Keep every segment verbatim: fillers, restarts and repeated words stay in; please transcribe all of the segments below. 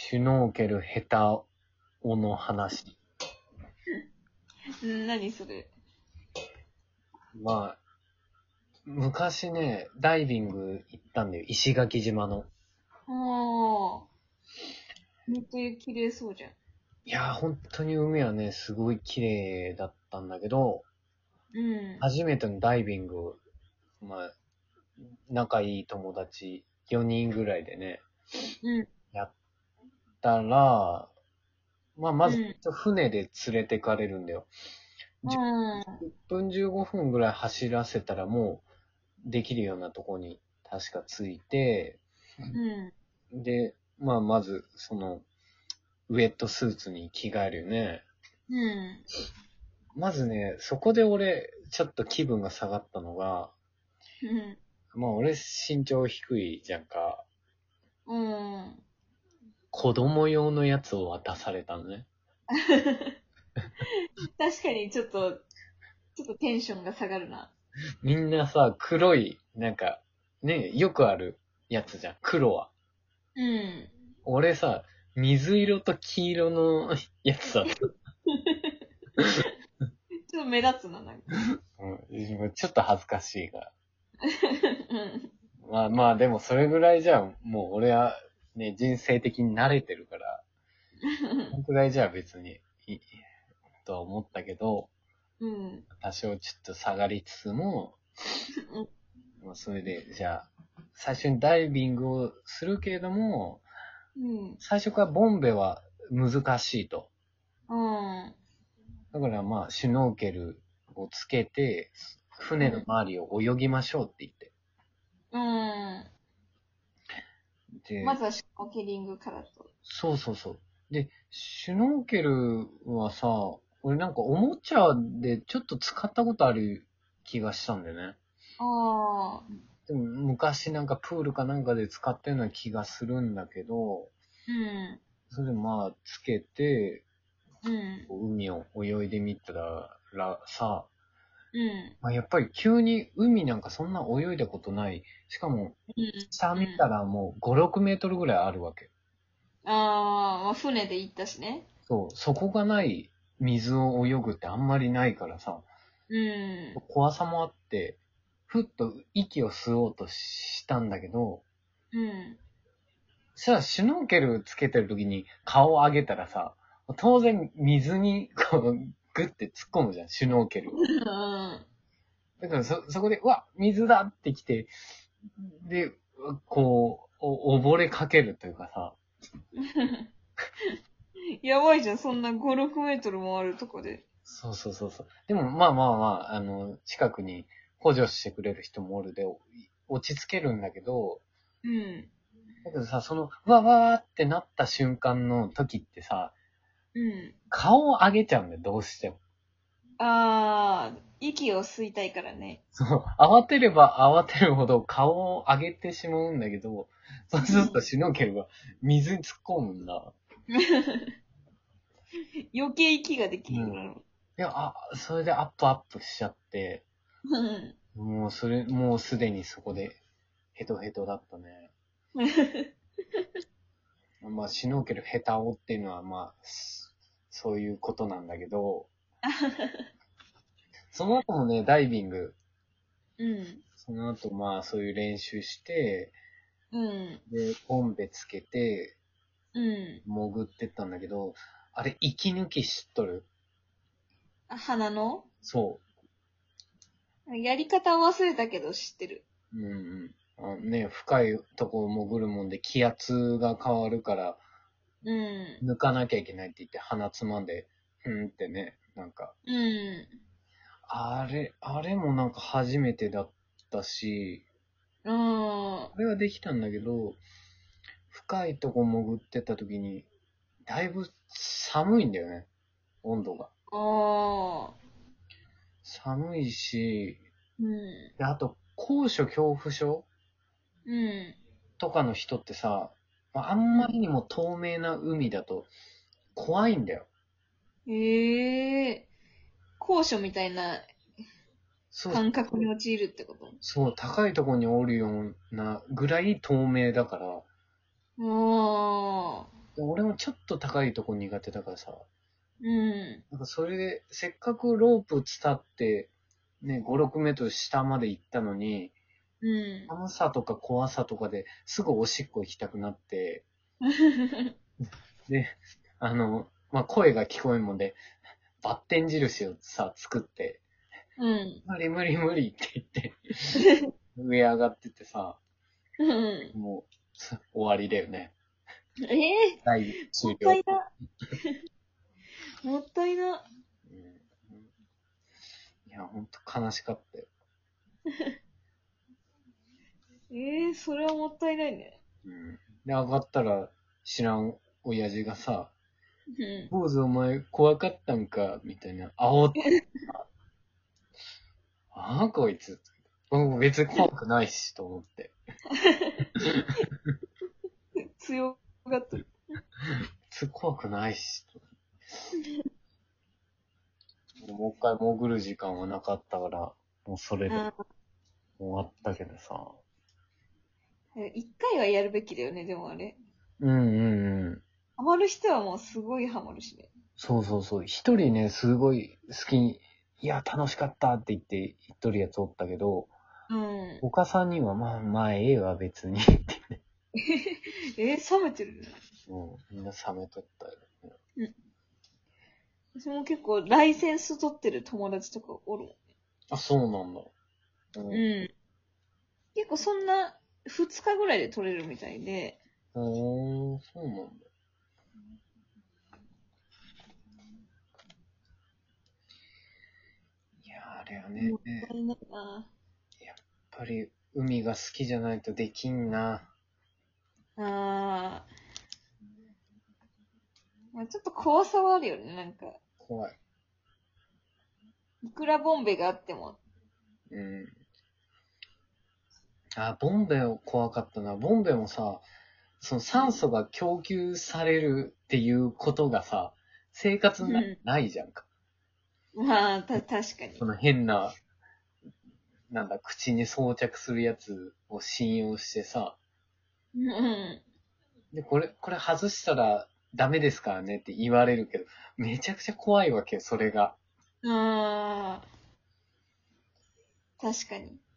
シュノーケル下手おの話。 ん何それ。 まあ、昔ね、ダイビング行ったんだよ。石垣島の。 ああ。めっちゃ綺麗そうじゃん。 いやー、本当に海はね、すごい綺麗だったんだけど、 うん。 初めてのダイビング、まあ、仲いい友達よにんぐらいでね、 うん。 やったら、まあ、まずうん。 船で連れてかれるんだよ。 う 10 ん。 分じゅうごふんぐらい走らせたらもうできるようなとこに確か着いて、 うん。 で、まあ、まず、その、ウェットスーツに着替えるよね。 うん。 まずね、そこで俺、ちょっと気分が下がったのが、 うん。 まあ俺身長低いじゃんか。 うん。 子供用のやつを渡されたのね。 確かにちょっと、ちょっとテンションが下がるな。 みんなさ、黒い、なんか、ね、よくあるやつじゃん。黒は。 うん。 俺さ、水色と黄色のやつだった。 ちょっと目立つな、なんか。 うん、ちょっと恥ずかしいが。 うん。 まあまあ、でもそれぐらいじゃあ、もう俺はね、人生的に慣れてるから、そのくらいじゃあ別にいいとは思ったけど、 うん。 多少ちょっと下がりつつも、まあそれで、じゃあ、最初にダイビングをするけれども、 うん。 最初からボンベは難しいと。 うん。 だからまあ、シュノーケルをつけて、船の周りを泳ぎましょうって言って。 うん。まで、 ずはシュノーケリングからと。 そうそうそう。で、シュノーケルはさ、俺なんかおもちゃでちょっと使ったことある気がしたんだよね。 ああ。 でも昔なんかプールかなんかで使ったような気がするんだけど、 うん。 それでまあつけて、 うん。 海を泳いでみたらさ、 うん。 まあ、やっぱり急に海なんかそんな泳いだことない。しかも、 うん。 下見たうん。 らもうご、ろくメートルぐらいあるわけ。 ああ、まあ、船で行ったしね。 そう、そこがない水を泳ぐってあんまりないからさ、 うん。 怖さもあって、ふっと息を吸おうとしたんだけど、 うん。 そしたらシュノーケルつけてる時に顔を上げたらさ、当然水にこうグッて突っ込むじゃん、シュノーケルを。 うん。 だからそ、そこで、うわ、水だってきて、で、こう、お溺れかけるというかさ、 やばいじゃん、そんなご、ろくメートルもあるとこで。 そうそうそうそう。でも、まあまあまあ、あの、近くに補助してくれる人もおるで、落ち着けるんだけど、 うん。 だけどさ、その、うわわーってなった瞬間の時ってさ、 うん。 顔を上げちゃうんだよ、どうしても。 ああ、息を吸いたいからね。 そう、慌てれば慌てるほど顔を上げてしまうんだけど、そうするとシュノーケルが水に突っ込むんだ。 余計息ができるよな。 うん。いや、あ、それでアップアップしちゃって、 うん。 もうそれ、もうすでにそこでヘトヘトだったね。まあ、シュノーケル下手をっていうのは、まあ、そういうことなんだけど、その後もね、ダイビング、 うん。 その後まあ、そういう練習して、 うん。 で、ボンベつけて、 うん。 潜ってったんだけど、あれ、息抜き知っとる？ あ、鼻のそやり方は忘れたけど知ってる。 う。うんうん。あね、深いとこ潜るもんで気圧が変わるから、 うん。 抜かなきゃいけないって言って鼻つまんで、ふんってね、なんか、 うん。 あれ、あれもなんか初めてだったし、 うん。 あれはできたんだけど、深いとこ潜ってった時に、だいぶ寒いんだよね、温度が。 ああ。 寒いし、 うん。 であと、高所恐怖症うん。 とかの人ってさ、あんまりにも透明な海だと怖いんだよ。 ええー、高所みたいなそう、 感覚に陥るってこと？ そう、高いところにおるようなぐらい透明だから、 ああ。 俺もちょっと高いとこ苦手だからさ、 うん。 なんかそれで、せっかくロープ伝って、ね、ご、ろくメートル下まで行ったのに、 うん。 寒さとか怖さとかですぐおしっこ行きたくなって、で、あの、まあ、声が聞こえんもんで、バッテン印をさ、作って、 うん。 無理無理無理って言って、上上がってってさ、 うん。 もう、終わりだよね。 ええ第ー、も終了。 ったいな。もったいな。 うん、いや、ほんと悲しかったよ。 ええー、それはもったいないね。 うん、で、上がったら、知らん親父がさ、 うん。 坊主お前怖かったんかみたいな、煽って、ああ、こいつ。僕別に怖くないし、と思って。 強がっとる。 別に怖くないし、ともう一回潜る時間はなかったから、もうそれであ終わったけどさ。 あ、一回はやるべきだよね、でもあれ。 うんうんうん。 ハマる人はもうすごいハマるしね。 そうそうそう。一人ね、すごい好きに、いや、楽しかったって言って言っとるやつおったけど、 うん。 他さんには、まあ、まあ、ええわ、別に。 えー、冷めてるね。 うん、みんな冷めとったよ。 うん。私も結構ライセンス取ってる友達とかおるあ、そうなんだ。うもん。 ん。 うん。結構そんなふつかぐらいで取れるみたいで。 おー、そうなんだ。いや、あれはね、 もったいないな。 やっぱり海が好きじゃないとできんな。 あー。まあ、ちょっと怖さはあるよね、なんか。 怖い。 いくらボンベがあっても。 うん。あ、ボンベを怖かったな。ボンベもさ、その酸素が供給されるっていうことがさ、生活になうないじゃんか。 ん。まあ、た、確かに。 その変な、なんだ、口に装着するやつを信用してさ、 うん。 で、これ、これ外したらダメですからねって言われるけど、めちゃくちゃ怖いわけよ、それが。 あー。確かに。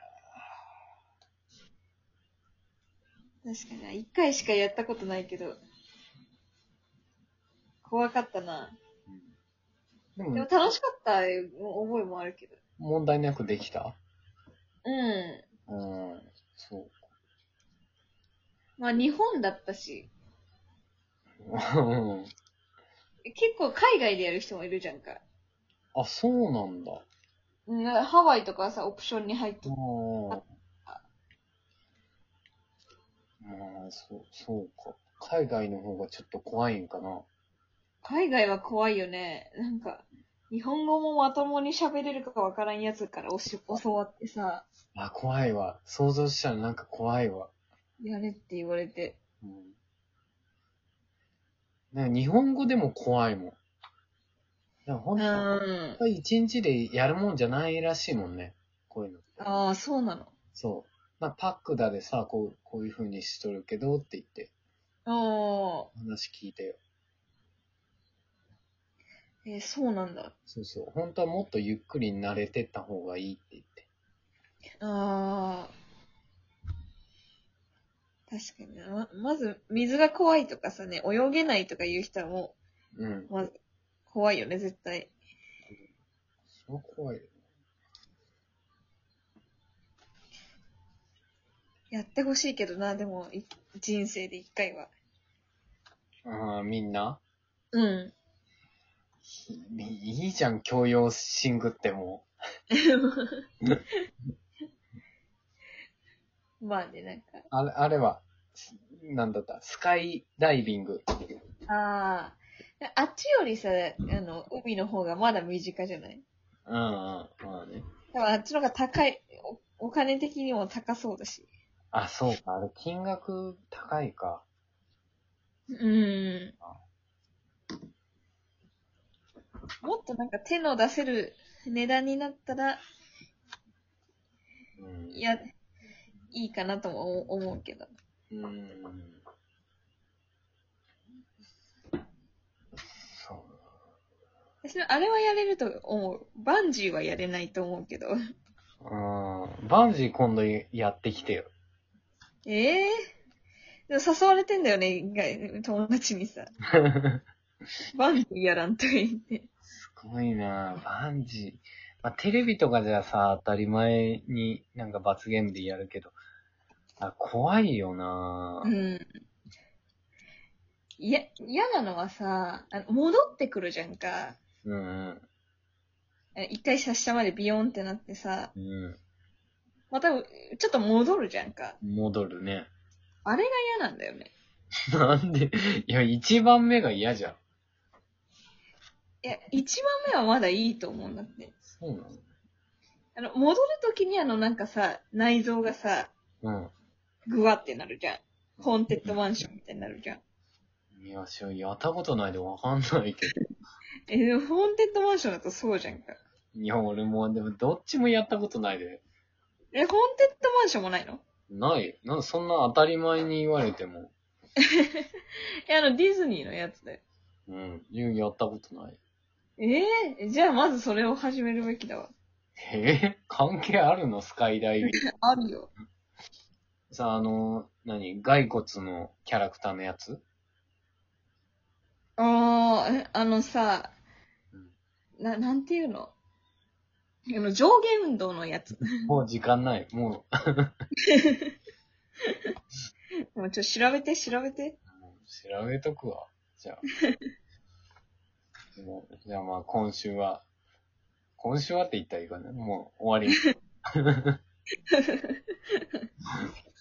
確かに。一回しかやったことないけど、怖かったな。 でも、 でも楽しかった覚えもあるけど。 問題なくできた。 うん。 うん、そう。 まあ日本だったし、 うん結構海外でやる人もいるじゃんか。 あ、そうなんだ。 うん、ハワイとかさ、オプションに入っとっあた。 まあ、そう、そうか。海外の方がちょっと怖いんかな。 海外は怖いよね。なんか、日本語もまともに喋れるかわからんやつからおし教わってさ、 あ、怖いわ。想像したらなんか怖いわ。 やれって言われて。 うん。なんか日本語でも怖いもん。でもう本ん。 当に一日でやるもんじゃないらしいもんね。こういうのって。 ああ、そうなの。 そう。まあ、パックだでさ、こう、こういう風にしとるけどって言って、 ああ、 話聞いてよ。 えーそうなんだ。 そうそう。本当はもっとゆっくり慣れてった方がいいって言って。 ああ、確かにな。ま、まず、水が怖いとかさね、泳げないとか言う人はもうん。 う、まず、怖いよね、絶対。 そう怖いよ。 やってほしいけどな、でも、い人生で一回は。 ああ、みんなうん。 いいいじゃん、教養シングってもう。 まあね、なんか。 あれ、あれは、なんだった、スカイダイビング。 ああ、あっちよりさ、あの、海の方がまだ身近じゃない？ うんうん、まあね。 多分あっちの方が高い、お、お金的にも高そうだし。 あ、そうか、あれ、金額高いか。 うん。もっとなんか手の出せる値段になったら、 うん。 いや、いいかなとも思うけど。 うん。 それあれはやれると思う。バンジーはやれないと思うけど。 うん。バンジー今度やってきてよ。 ええー、でも誘われてんだよね、意外友達にさ。バンジーやらんといて。 すごいなバンジー。まあ、テレビとかじゃさ、当たり前になんか罰ゲームでやるけど、あ、怖いよなうん。いや、嫌なのはさ、あの戻ってくるじゃんか。 うん一回さ下までビヨーンってなってさ、 うん。うまたちょっと戻るじゃんか。 ん。戻るね。 あれが嫌なんだよね。 なんで、いや、一番目が嫌じゃん。 いや、一番目はまだいいと思うんだって。 そうなのあの、戻るときにあのなんかさ、内臓がさ、 うん。 グワってなるじゃん。ホーンテッドマンションみたいになるじゃん。 いや、しょ、やったことないでわかんないけど。 え、でもホーンテッドマンションだとそうじゃんか。 いや、俺も、でもどっちもやったことないで。 え、ホーンテッドマンションもないの？ ないなんでそんな当たり前に言われても。 え、あの、ディズニーのやつだよ。 うん。やったことない。 ええー、じゃあまずそれを始めるべきだわ。 えー、関係あるのスカイダイビング。 あるよ。 さあ、あの、何骸骨のキャラクターのやつあー、え、あのさ、な、なんていうの？あの、上下運動のやつ。 もう時間ない。ももうちょっと調べて、調べて。 う、もう調べとくわ。じゃあ。もうじゃあまあ今週は、今週はって言ったらいいかな。もう終わり。